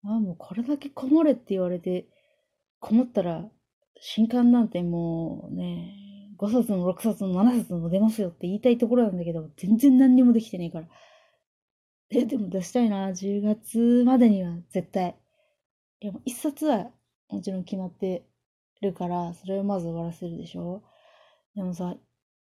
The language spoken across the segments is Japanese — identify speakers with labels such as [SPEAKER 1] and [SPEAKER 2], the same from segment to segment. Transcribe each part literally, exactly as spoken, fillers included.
[SPEAKER 1] ああ、もうこれだけこもれって言われて、こもったら、新刊なんてもうね、ごさつもろくさつもななさつも出ますよって言いたいところなんだけど、全然何にもできてないから。え、でも出したいな。じゅうがつまでには絶対。いや、いっさつはもちろん決まってるから、それをまず終わらせるでしょ。でもさ、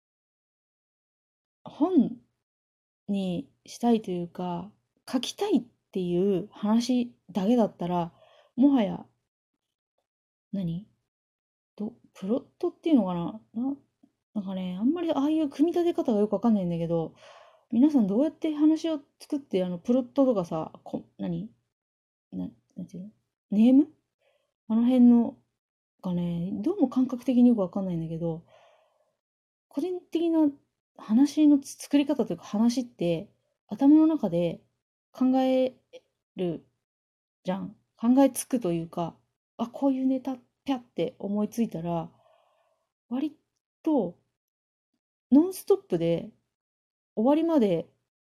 [SPEAKER 1] 本にしたいというか、書きたいっていう話だけだったら、もはや、何ど、プロットっていうのかなな、なんかね、あんまりああいう組み立て方がよくわかんないんだけど、皆さんどうやって話を作って、あの、プロットとかさ、こ、何な、なんていうのネームあの辺のがね、どうも感覚的によくわかんないんだけど、個人的な話の作り方というか話って頭の中で考えるじゃん。考えつくというか、あ、こういうネタぴゃって思いついたら、割とノンストップで終わりまで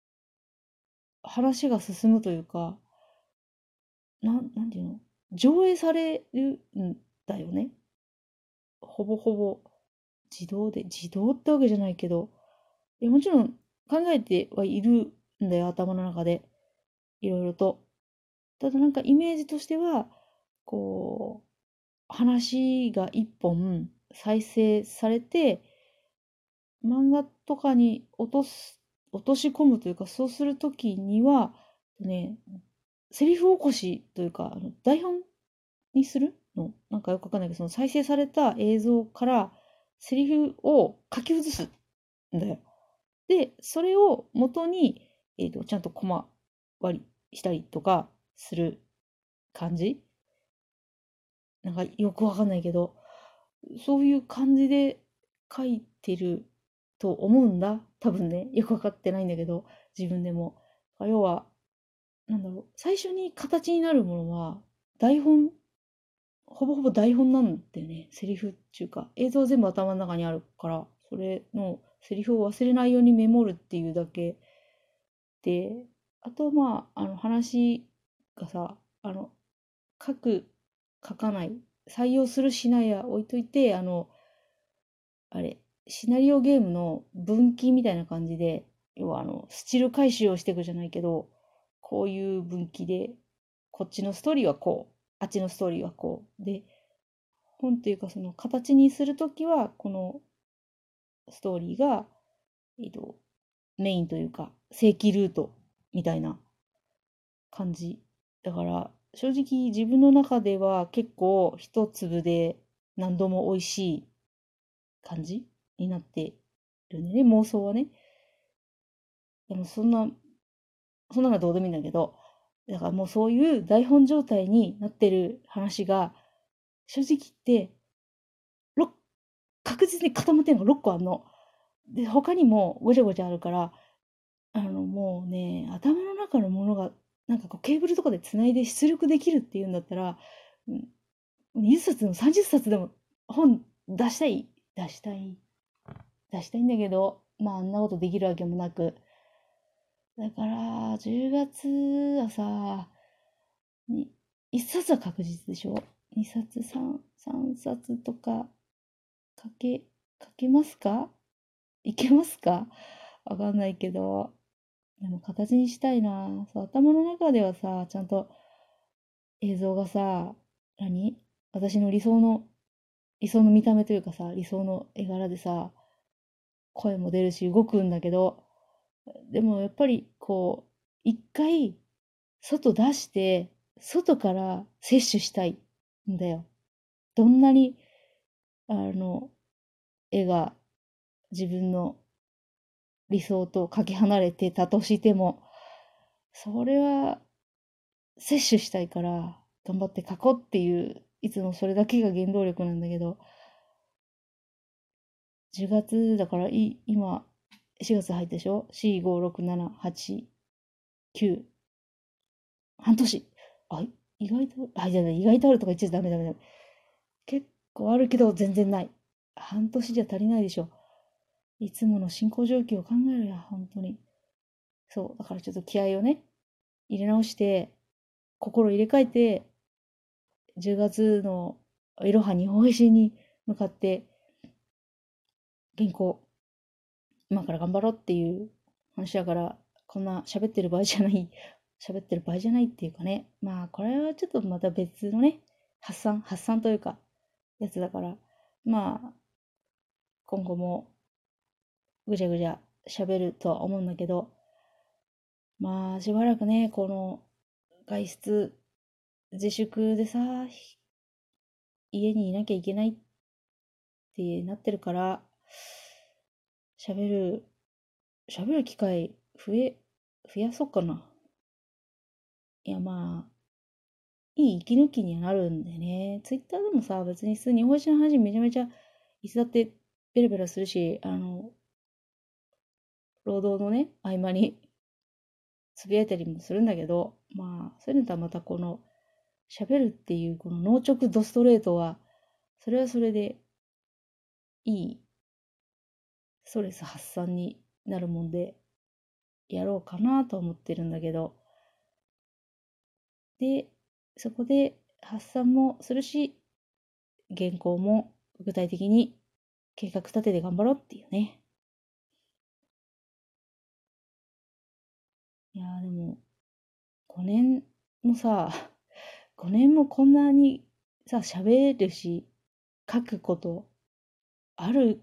[SPEAKER 1] 話が進むというか、なん、なんていうの上映されるんだよね。ほぼほぼ自動で、自動ってわけじゃないけど、いやもちろん考えてはいるんだよ、頭の中で。いろいろと。ただなんかイメージとしては、こう、話が一本再生されて、漫画とかに落とす、落とし込むというか、そうするときには、ね、セリフ起こしというか、あの台本にするのなんかよくわかんないけど、その再生された映像からセリフを書き写すんだよ。で、それを元に、えっと、ちゃんとコマ割りしたりとかする感じなんかよくわかんないけど、そういう感じで書いてると思うんだ。多分ね、よくわかってないんだけど、自分でも。要は、なんだろう、最初に形になるものは、台本、ほぼほぼ台本なんだよね。セリフっていうか、映像全部頭の中にあるから、それのセリフを忘れないようにメモるっていうだけで、あとまあ、あの話がさ、あの、書く、書かない、採用するしないは置いといて、あの、あれ、シナリオゲームの分岐みたいな感じで、要はあの、スチール回収をしていくじゃないけど、こういう分岐で、こっちのストーリーはこう、あっちのストーリーはこう。で、本っていうかその形にするときは、このストーリーが、えっと、メインというか、正規ルートみたいな感じ。だから、正直自分の中では結構一粒で何度も美味しい感じになってるんでね、妄想はね。でもそんな、そんなのはどうでもいいんだけど、だからもうそういう台本状態になってる話が、正直言って、ろ確実に固まってるのがろっこあんの。で、他にもごちゃごちゃあるから、あの、もうね、頭の中のものが、なんかこうケーブルとかで繋いで出力できるっていうんだったら、うんにじゅっさつでもさんじゅっさつでも本出したい。出したい。出したいんだけど、まああんなことできるわけもなく。だから、じゅうがつはさ、にいっさつは確実でしょ？ に 冊、さん、さんさつとか書け、書けますか？いけますか？わかんないけど、でも形にしたいな。そう、頭の中ではさ、ちゃんと映像がさ、何私の理想の、理想の見た目というかさ、理想の絵柄でさ、声も出るし動くんだけど、でもやっぱりこう、一回外出して、外から摂取したいんだよ。どんなに、あの、絵が自分の理想とかけ離れてたとしても、それは摂取したいから、頑張って描こうっていう、いつもそれだけが原動力なんだけど、じゅうがつだからい、今、しがつ入ったでしょ？ よん、ご、ろく、なな、はち、きゅう。半年。あ、意外と、あ、じゃない、意外とあるとか言っちゃダメダメダメ。結構あるけど全然ない。半年じゃ足りないでしょ。いつもの進行状況を考えるや、本当に。そう。だからちょっと気合をね、入れ直して、 心入れ替えて、じゅうがつのいろはにほへしに向かって、原稿、今から頑張ろうっていう話だから、こんな喋ってる場合じゃない、喋ってる場合じゃないっていうかね。まあ、これはちょっとまた別のね、発散、発散というか、やつだから、まあ、今後もぐちゃぐちゃ喋るとは思うんだけど、まあ、しばらくね、この外出自粛でさ、家にいなきゃいけないってなってるから、喋る、喋る機会増え、増やそうかな。いや、まあ、いい息抜きにはなるんでね。ツイッターでもさ、別に普通に日本史の話めちゃめちゃ、いつだってベラベラするし、あの、労働のね、合間につぶやいたりもするんだけど、まあ、そういうのとはまたこの、喋るっていうこの脳直ドストレートは、それはそれでいいストレス発散になるもんで、やろうかなと思ってるんだけど、で、そこで発散もするし、原稿も具体的に計画立てて頑張ろうっていうね。いやーでも、ごねんもさ、ごねんもこんなにさ、喋るし、書くことある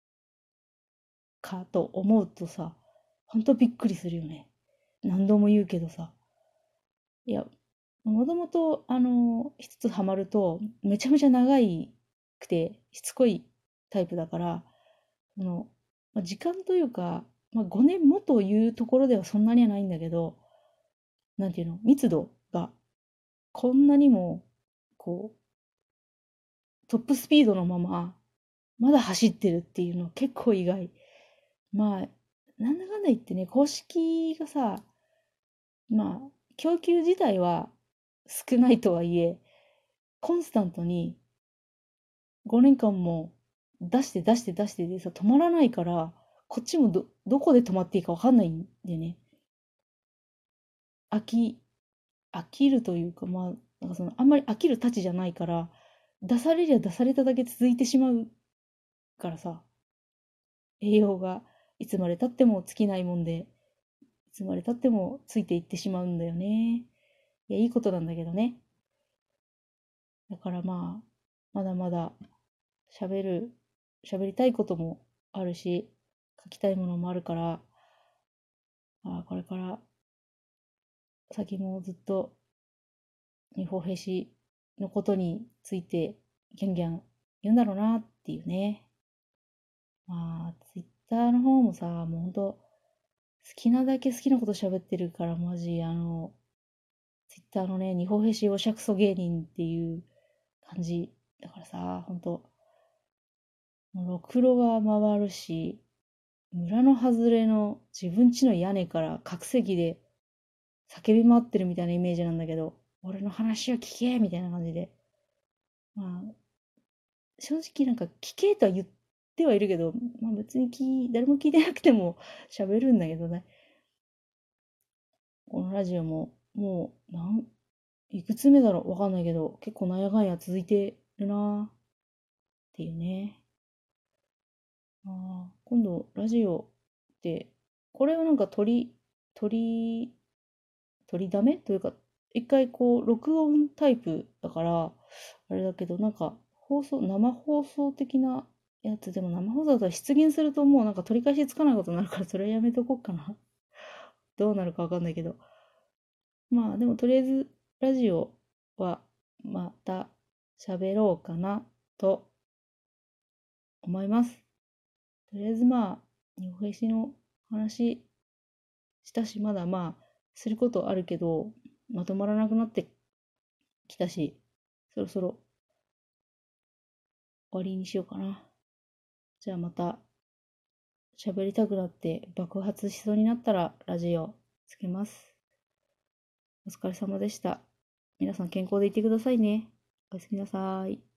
[SPEAKER 1] かと思うとさ、ほんとびっくりするよね。何度も言うけどさ。いや、もともと、あの、一つハマると、めちゃめちゃ長いくて、しつこいタイプだから、その、まあ、時間というか、まあ、ごねんもというところではそんなにはないんだけど、なんていうの、密度がこんなにも、こう、トップスピードのまま、まだ走ってるっていうのは結構意外。まあ、なんだかんだ言ってね、公式がさ、まあ、供給自体は少ないとはいえ、コンスタントにごねんかんも出して出して出してでさ、止まらないから、こっちもど、どこで止まっていいかわかんないんでね。飽き、飽きるというか、まあ、なんかその、あんまり飽きるたちじゃないから、出されりゃ出されただけ続いてしまうからさ、栄養がいつまで経っても尽きないもんで、いつまで経ってもついていってしまうんだよね。いや、いいことなんだけどね。だからまあ、まだまだ喋る、喋りたいこともあるし、書きたいものもあるから、あこれから先もずっと日本兵士のことについてギャンギャン言うんだろうなっていうね。まあ、ツイッターの方もさ、もうほんと、好きなだけ好きなこと喋ってるから、マジ、あの、ツイッターのね、日本兵士おしゃくそ芸人っていう感じ。だからさ、ほんと、もうろくろが回るし、村の外れの自分家の屋根から各席で叫び回ってるみたいなイメージなんだけど、俺の話を聞けみたいな感じで。まあ、正直なんか聞けとは言ってはいるけど、まあ別に聞誰も聞いてなくても喋るんだけどね。このラジオも、もう、なん、いくつ目だろうわかんないけど、結構なんやかんや続いてるなっていうね。ああ、今度、ラジオって、これはなんか取り、取り、取りだめというか、一回こう、録音タイプだから、あれだけど、なんか、放送、生放送的なやつでも生放送だったら出現するともうなんか取り返しつかないことになるから、それはやめとこうかな。どうなるかわかんないけど。まあ、でもとりあえず、ラジオはまた喋ろうかなと思います。とりあえずまあ、日本史の話したし、まだまあ、することあるけど、まとまらなくなってきたし、そろそろ終わりにしようかな。じゃあまた、喋りたくなって爆発しそうになったら、ラジオつけます。お疲れ様でした。皆さん健康でいてくださいね。おやすみなさい。